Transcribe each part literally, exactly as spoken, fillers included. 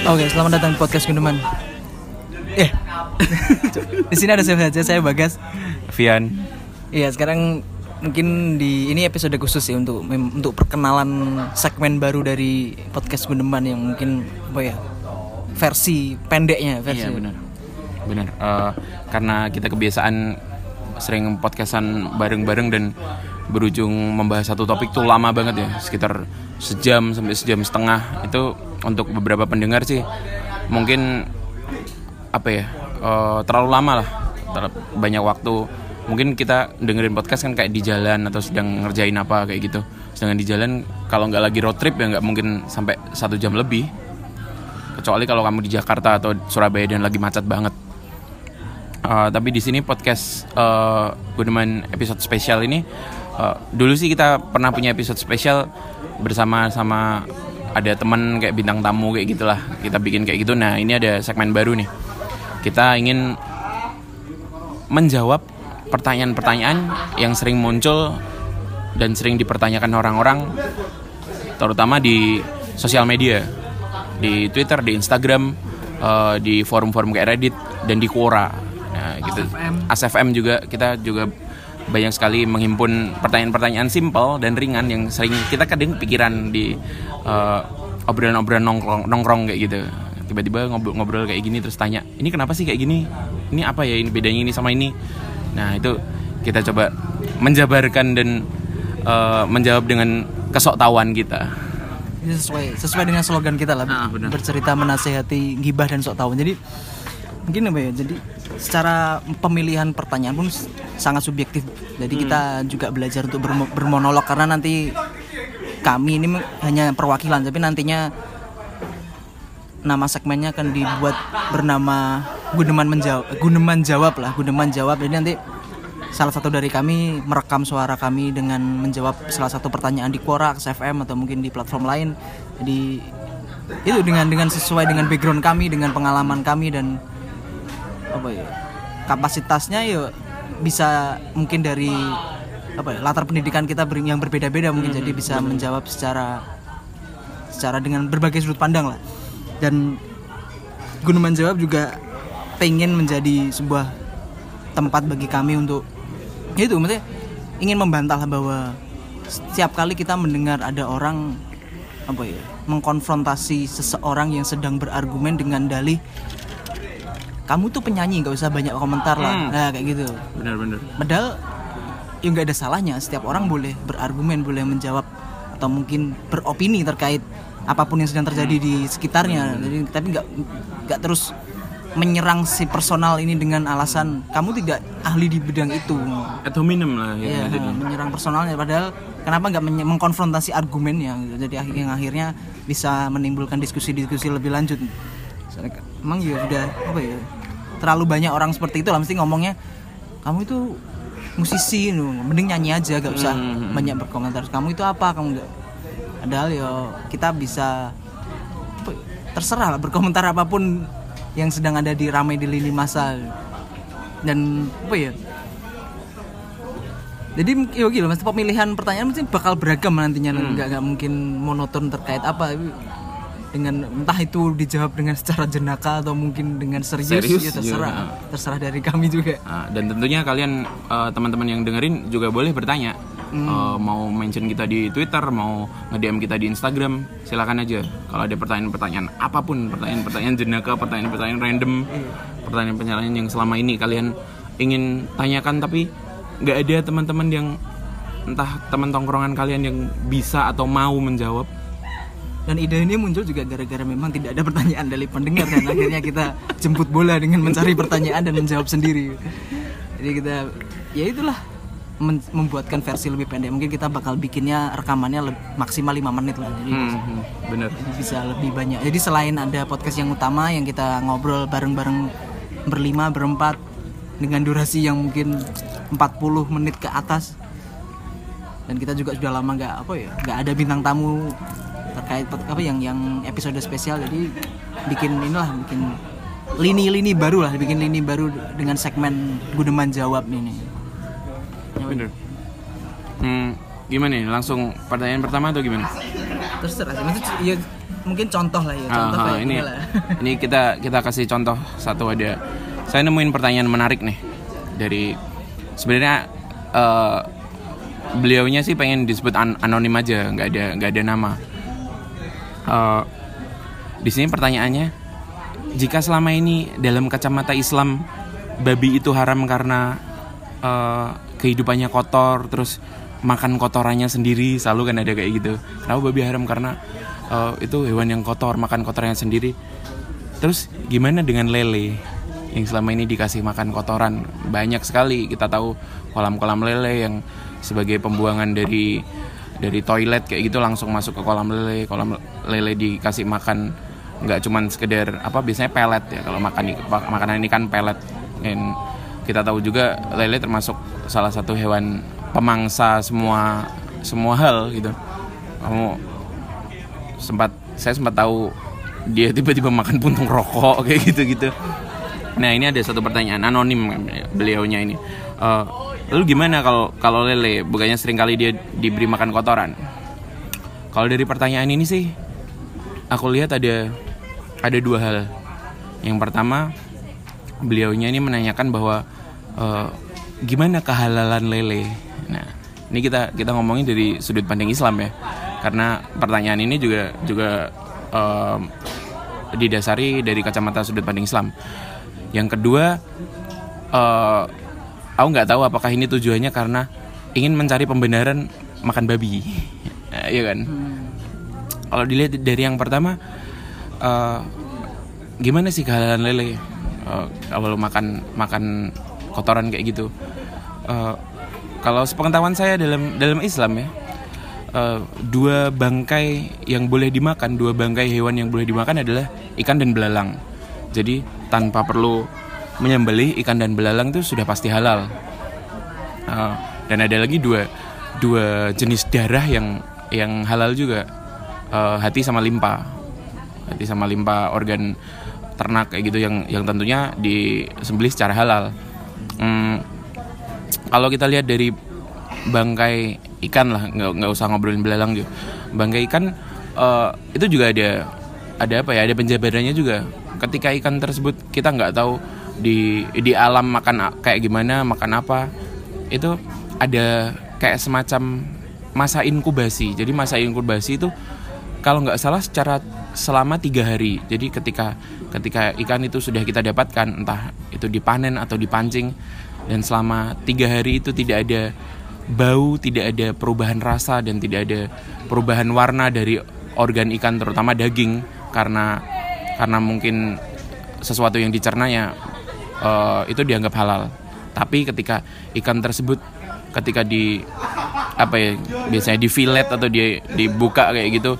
Oke, selamat datang di podcast Gundeman. Eh, di sini ada saya saja, saya Bagas, Vian. Iya, sekarang mungkin di ini episode khusus sih untuk untuk perkenalan segmen baru dari podcast Gundeman yang mungkin apa ya versi pendeknya. Versi. Iya benar, benar. Uh, karena kita kebiasaan sering podcastan bareng-bareng dan berujung membahas satu topik tuh lama banget ya, sekitar sejam sampai sejam setengah. Itu untuk beberapa pendengar sih mungkin apa ya uh, terlalu lama lah, terlalu banyak waktu. Mungkin kita dengerin podcast kan kayak di jalan atau sedang ngerjain apa kayak gitu. Sedangkan di jalan kalau nggak lagi road trip ya nggak mungkin sampai satu jam lebih. Kecuali kalau kamu di Jakarta atau Surabaya dan lagi macet banget. Uh, tapi di sini podcast uh, Gundeman episode spesial ini uh, dulu sih kita pernah punya episode spesial bersama sama ada teman kayak bintang tamu kayak gitulah, kita bikin kayak gitu. Nah ini ada segmen baru nih, kita ingin menjawab pertanyaan-pertanyaan yang sering muncul dan sering dipertanyakan orang-orang, terutama di sosial media, di Twitter, di Instagram, uh, di forum-forum kayak Reddit dan di Quora. Nah, gitu. A S F M juga, kita juga banyak sekali menghimpun pertanyaan-pertanyaan simpel dan ringan yang sering kita kadang pikiran di uh, obrolan-obrolan nongkrong, nongkrong kayak gitu. Tiba-tiba ngobrol-ngobrol kayak gini terus tanya, ini kenapa sih kayak gini? Ini apa ya, ini bedanya ini sama ini? Nah itu kita coba menjabarkan dan uh, menjawab dengan kesoktahuan kita. Ini sesuai sesuai dengan slogan kita lah, ah, bercerita menasehati gibah dan sok tahu. Jadi mungkin apa ya? Jadi secara pemilihan pertanyaan pun sangat subjektif. Jadi hmm. kita juga belajar untuk bermonolog karena nanti kami ini hanya perwakilan, tapi nantinya nama segmennya akan dibuat bernama Gundeman menjawab, Gundeman jawab lah, Gundeman jawab. Jadi nanti salah satu dari kami merekam suara kami dengan menjawab salah satu pertanyaan di Quora, A S F M atau mungkin di platform lain. Jadi itu dengan dengan sesuai dengan background kami, dengan pengalaman kami dan apa ya kapasitasnya ya bisa mungkin dari apa ya latar pendidikan kita yang berbeda-beda mungkin, hmm, jadi bisa bener. menjawab secara secara dengan berbagai sudut pandang lah. Dan Gundeman jawab juga pengen menjadi sebuah tempat bagi kami untuk ya itu maksudnya ingin membantah bahwa setiap kali kita mendengar ada orang apa ya mengkonfrontasi seseorang yang sedang berargumen dengan dalih kamu tuh penyanyi, nggak usah banyak komentar lah, hmm. nah kayak gitu. Benar-benar. Padahal ya nggak ada salahnya, setiap orang boleh berargumen, boleh menjawab atau mungkin beropini terkait apapun yang sedang terjadi hmm. di sekitarnya. Hmm. Jadi tapi nggak nggak terus menyerang si personal ini dengan alasan kamu tidak ahli di bidang itu. Ad hominem lah. Ya, ya menyerang personalnya. Padahal kenapa nggak men- mengkonfrontasi argumennya? Jadi yang akhirnya bisa menimbulkan diskusi-diskusi lebih lanjut. Soalnya, emang ya udah apa ya? Terlalu banyak orang seperti itu lah, mesti ngomongnya kamu itu musisi, mending nyanyi aja, gak usah hmm. banyak berkomentar. Kamu itu apa? Kamu gak. Padahal ya kita bisa apa, terserah lah berkomentar apapun yang sedang ada di ramai di lini masa. Dan apa ya? Jadi ya gitu, mesti pemilihan pertanyaan mesti bakal beragam nantinya, hmm. nggak nggak mungkin monoton terkait apa. Dengan entah itu dijawab dengan secara jenaka atau mungkin dengan serius, serius ya terserah juga. Terserah dari kami juga. Nah, dan tentunya kalian uh, teman-teman yang dengerin juga boleh bertanya, hmm. uh, mau mention kita di Twitter, mau nge-D M kita di Instagram, silakan aja. Kalau ada pertanyaan-pertanyaan apapun, pertanyaan-pertanyaan jenaka, pertanyaan-pertanyaan random, hmm. pertanyaan-pertanyaan yang selama ini kalian ingin tanyakan tapi nggak ada teman-teman yang entah teman tongkrongan kalian yang bisa atau mau menjawab. Dan ide ini muncul juga gara-gara memang tidak ada pertanyaan dari pendengar dan akhirnya kita jemput bola dengan mencari pertanyaan dan menjawab sendiri. Jadi kita ya itulah men- membuatkan versi lebih pendek. Mungkin kita bakal bikinnya rekamannya le- maksimal lima menit lah. Jadi hmm, bener. bisa lebih banyak. Jadi selain ada podcast yang utama yang kita ngobrol bareng-bareng berlima, berempat dengan durasi yang mungkin empat puluh menit ke atas. Dan kita juga sudah lama enggak apa ya, enggak ada bintang tamu terkait apa yang yang episode spesial. Jadi bikin inilah bikin lini-lini baru lah, bikin lini baru dengan segmen Gundeman jawab ini. Bener. Hmm, gimana nih? Langsung pertanyaan pertama atau gimana? Terserah sih. Maksudnya ya mungkin contoh lah ya, contoh uh, kayak ini lah. Ini kita kita kasih contoh satu. Ada, saya nemuin pertanyaan menarik nih dari sebenarnya uh, beliaunya sih pengen disebut an- anonim aja, nggak ada nggak ada nama. Uh, di sini pertanyaannya, jika selama ini dalam kacamata Islam babi itu haram karena uh, kehidupannya kotor, terus makan kotorannya sendiri, selalu kan ada kayak gitu. Kenapa babi haram? Karena uh, itu hewan yang kotor, makan kotorannya sendiri. Terus gimana dengan lele yang selama ini dikasih makan kotoran? Banyak sekali kita tahu kolam-kolam lele yang sebagai pembuangan dari dari toilet kayak gitu langsung masuk ke kolam lele. Kolam lele dikasih makan nggak cuman sekedar apa, biasanya pelet ya, kalau makan makanan ini kan pelet. Dan kita tahu juga lele termasuk salah satu hewan pemangsa semua semua hal gitu. Kamu sempat saya sempat tahu dia tiba-tiba makan puntung rokok kayak gitu-gitu. Nah, ini ada satu pertanyaan anonim beliaunya ini. Uh, lalu gimana kalau kalau lele, bukannya sering kali dia diberi makan kotoran? Kalau dari pertanyaan ini sih aku lihat ada ada dua hal. Yang pertama, beliaunya ini menanyakan bahwa uh, gimana kehalalan lele. Nah, ini kita kita ngomongin dari sudut pandang Islam ya, karena pertanyaan ini juga juga uh, didasari dari kacamata sudut pandang Islam. Yang kedua, uh, aku nggak tahu apakah ini tujuannya karena ingin mencari pembenaran makan babi, nah, iya kan? Hmm. Kalau dilihat dari yang pertama, uh, gimana sih kehalalan lele? Uh, kalau makan makan kotoran kayak gitu, uh, kalau sepengetahuan saya dalam dalam Islam ya, uh, dua bangkai yang boleh dimakan, dua bangkai hewan yang boleh dimakan adalah ikan dan belalang. Jadi tanpa perlu menyembelih, ikan dan belalang itu sudah pasti halal. Uh, dan ada lagi dua dua jenis darah yang yang halal juga, uh, hati sama limpa, hati sama limpa organ ternak kayak gitu yang yang tentunya disembelih secara halal. Hmm, kalau kita lihat dari bangkai ikan lah, nggak nggak usah ngobrolin belalang gitu. Bangkai ikan uh, itu juga ada ada apa ya? Ada penjabarannya juga. Ketika ikan tersebut kita nggak tahu di di alam makan kayak gimana, makan apa, itu ada kayak semacam masa inkubasi. Jadi masa inkubasi itu kalau nggak salah secara selama tiga hari. Jadi ketika ketika ikan itu sudah kita dapatkan, entah itu dipanen atau dipancing, dan selama tiga hari itu tidak ada bau, tidak ada perubahan rasa, dan tidak ada perubahan warna dari organ ikan, terutama daging, karena karena mungkin sesuatu yang dicernanya uh, itu dianggap halal. Tapi ketika ikan tersebut ketika di apa ya, biasanya di fillet atau dia dibuka kayak gitu,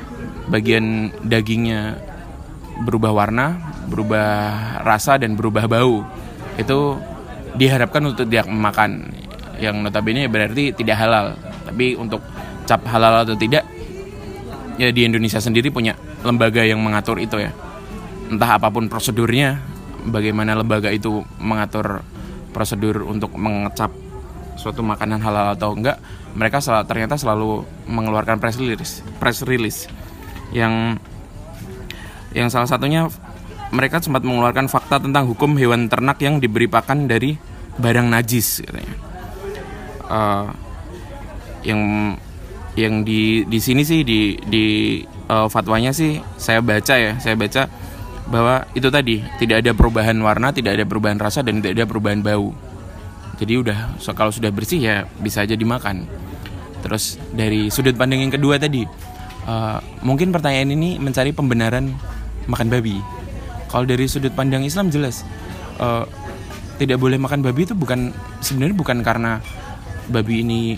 bagian dagingnya berubah warna, berubah rasa, dan berubah bau, itu diharapkan untuk tidak memakan, yang notabene berarti tidak halal. Tapi untuk cap halal atau tidak, ya di Indonesia sendiri punya lembaga yang mengatur itu ya. Entah apapun prosedurnya, bagaimana lembaga itu mengatur prosedur untuk mengecap suatu makanan halal atau enggak, mereka sel- ternyata selalu mengeluarkan press release, press release yang yang salah satunya mereka sempat mengeluarkan fakta tentang hukum hewan ternak yang diberi pakan dari barang najis katanya. Uh, yang yang di di sini sih di di uh, fatwanya sih saya baca ya, saya baca bahwa itu tadi tidak ada perubahan warna, tidak ada perubahan rasa, dan tidak ada perubahan bau. Jadi udah, so, kalau sudah bersih ya bisa aja dimakan. Terus dari sudut pandang yang kedua tadi, uh, mungkin pertanyaan ini mencari pembenaran makan babi. Kalau dari sudut pandang Islam jelas uh, tidak boleh makan babi itu bukan, sebenarnya bukan karena babi ini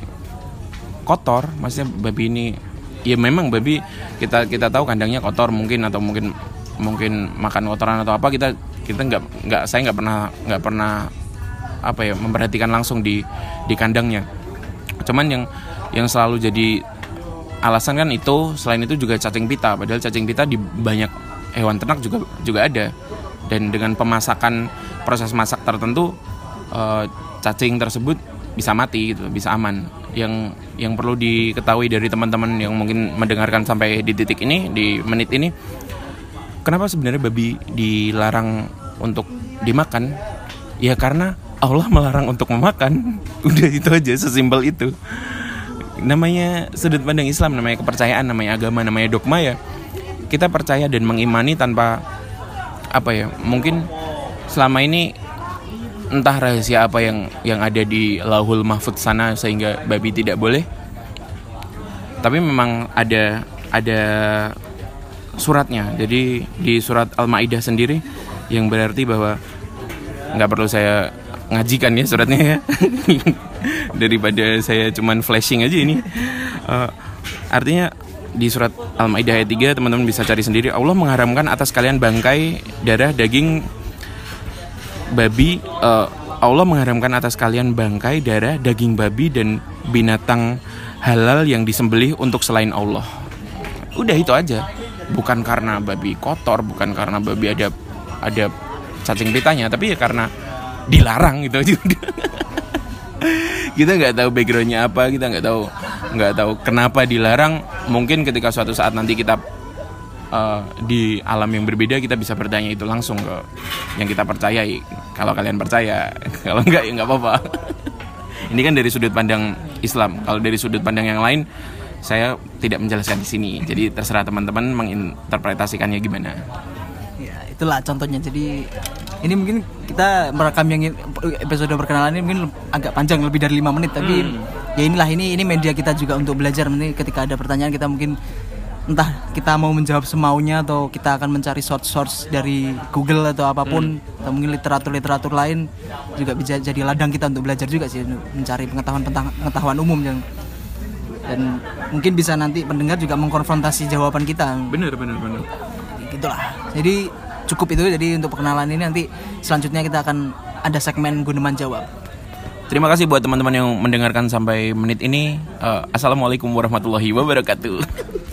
kotor, maksudnya babi ini ya memang babi kita kita tahu kandangnya kotor mungkin, atau mungkin mungkin makan kotoran atau apa, kita kita nggak nggak saya nggak pernah nggak pernah apa ya memperhatikan langsung di di kandangnya. Cuman yang yang selalu jadi alasan kan itu, selain itu juga cacing pita, padahal cacing pita di banyak hewan ternak juga juga ada, dan dengan pemasakan proses masak tertentu uh, cacing tersebut bisa mati gitu, bisa aman. yang yang perlu diketahui dari teman-teman yang mungkin mendengarkan sampai di titik ini, di menit ini, kenapa sebenarnya babi dilarang untuk dimakan? Ya karena Allah melarang untuk memakan. Udah itu aja, sesimpel itu. Namanya sudut pandang Islam, namanya kepercayaan, namanya agama, namanya dogma ya. Kita percaya dan mengimani tanpa apa ya? Mungkin selama ini entah rahasia apa yang yang ada di Lauhul Mahfudz sana sehingga babi tidak boleh. Tapi memang ada ada suratnya. Jadi di surat Al-Maidah sendiri yang berarti bahwa nggak perlu saya ngajikan ya suratnya ya. Daripada saya cuman flashing aja ini. Uh, artinya di surat Al-Maidah ayat tiga teman-teman bisa cari sendiri. Allah mengharamkan atas kalian bangkai, darah, daging babi. uh, Allah mengharamkan atas kalian bangkai, darah, daging babi dan binatang halal yang disembelih untuk selain Allah. Udah itu aja. Bukan karena babi kotor, bukan karena babi ada ada cacing pitanya, tapi ya karena dilarang gitu aja. Kita nggak tahu backgroundnya apa, kita nggak tahu nggak tahu kenapa dilarang. Mungkin ketika suatu saat nanti kita Uh, di alam yang berbeda kita bisa bertanya itu langsung ke yang kita percayai. Kalau kalian percaya, kalau enggak ya enggak apa-apa. Ini kan dari sudut pandang Islam. Kalau dari sudut pandang yang lain, saya tidak menjelaskan di sini. Jadi terserah teman-teman menginterpretasikannya gimana. Ya, itulah contohnya. Jadi ini mungkin kita merekam yang episode perkenalan ini mungkin agak panjang, lebih dari lima menit. Tapi hmm. ya inilah ini ini media kita juga untuk belajar. Nanti ketika ada pertanyaan kita mungkin entah kita mau menjawab semaunya atau kita akan mencari source-source dari Google atau apapun, hmm. atau mungkin literatur-literatur lain juga bisa jadi ladang kita untuk belajar juga sih, mencari pengetahuan-pengetahuan umum yang dan mungkin bisa nanti pendengar juga mengkonfrontasi jawaban kita. Benar, benar, benar. Gitulah. Jadi cukup itu. Jadi untuk perkenalan ini nanti selanjutnya kita akan ada segmen Guneman Jawab. Terima kasih buat teman-teman yang mendengarkan sampai menit ini. uh, Assalamualaikum warahmatullahi wabarakatuh.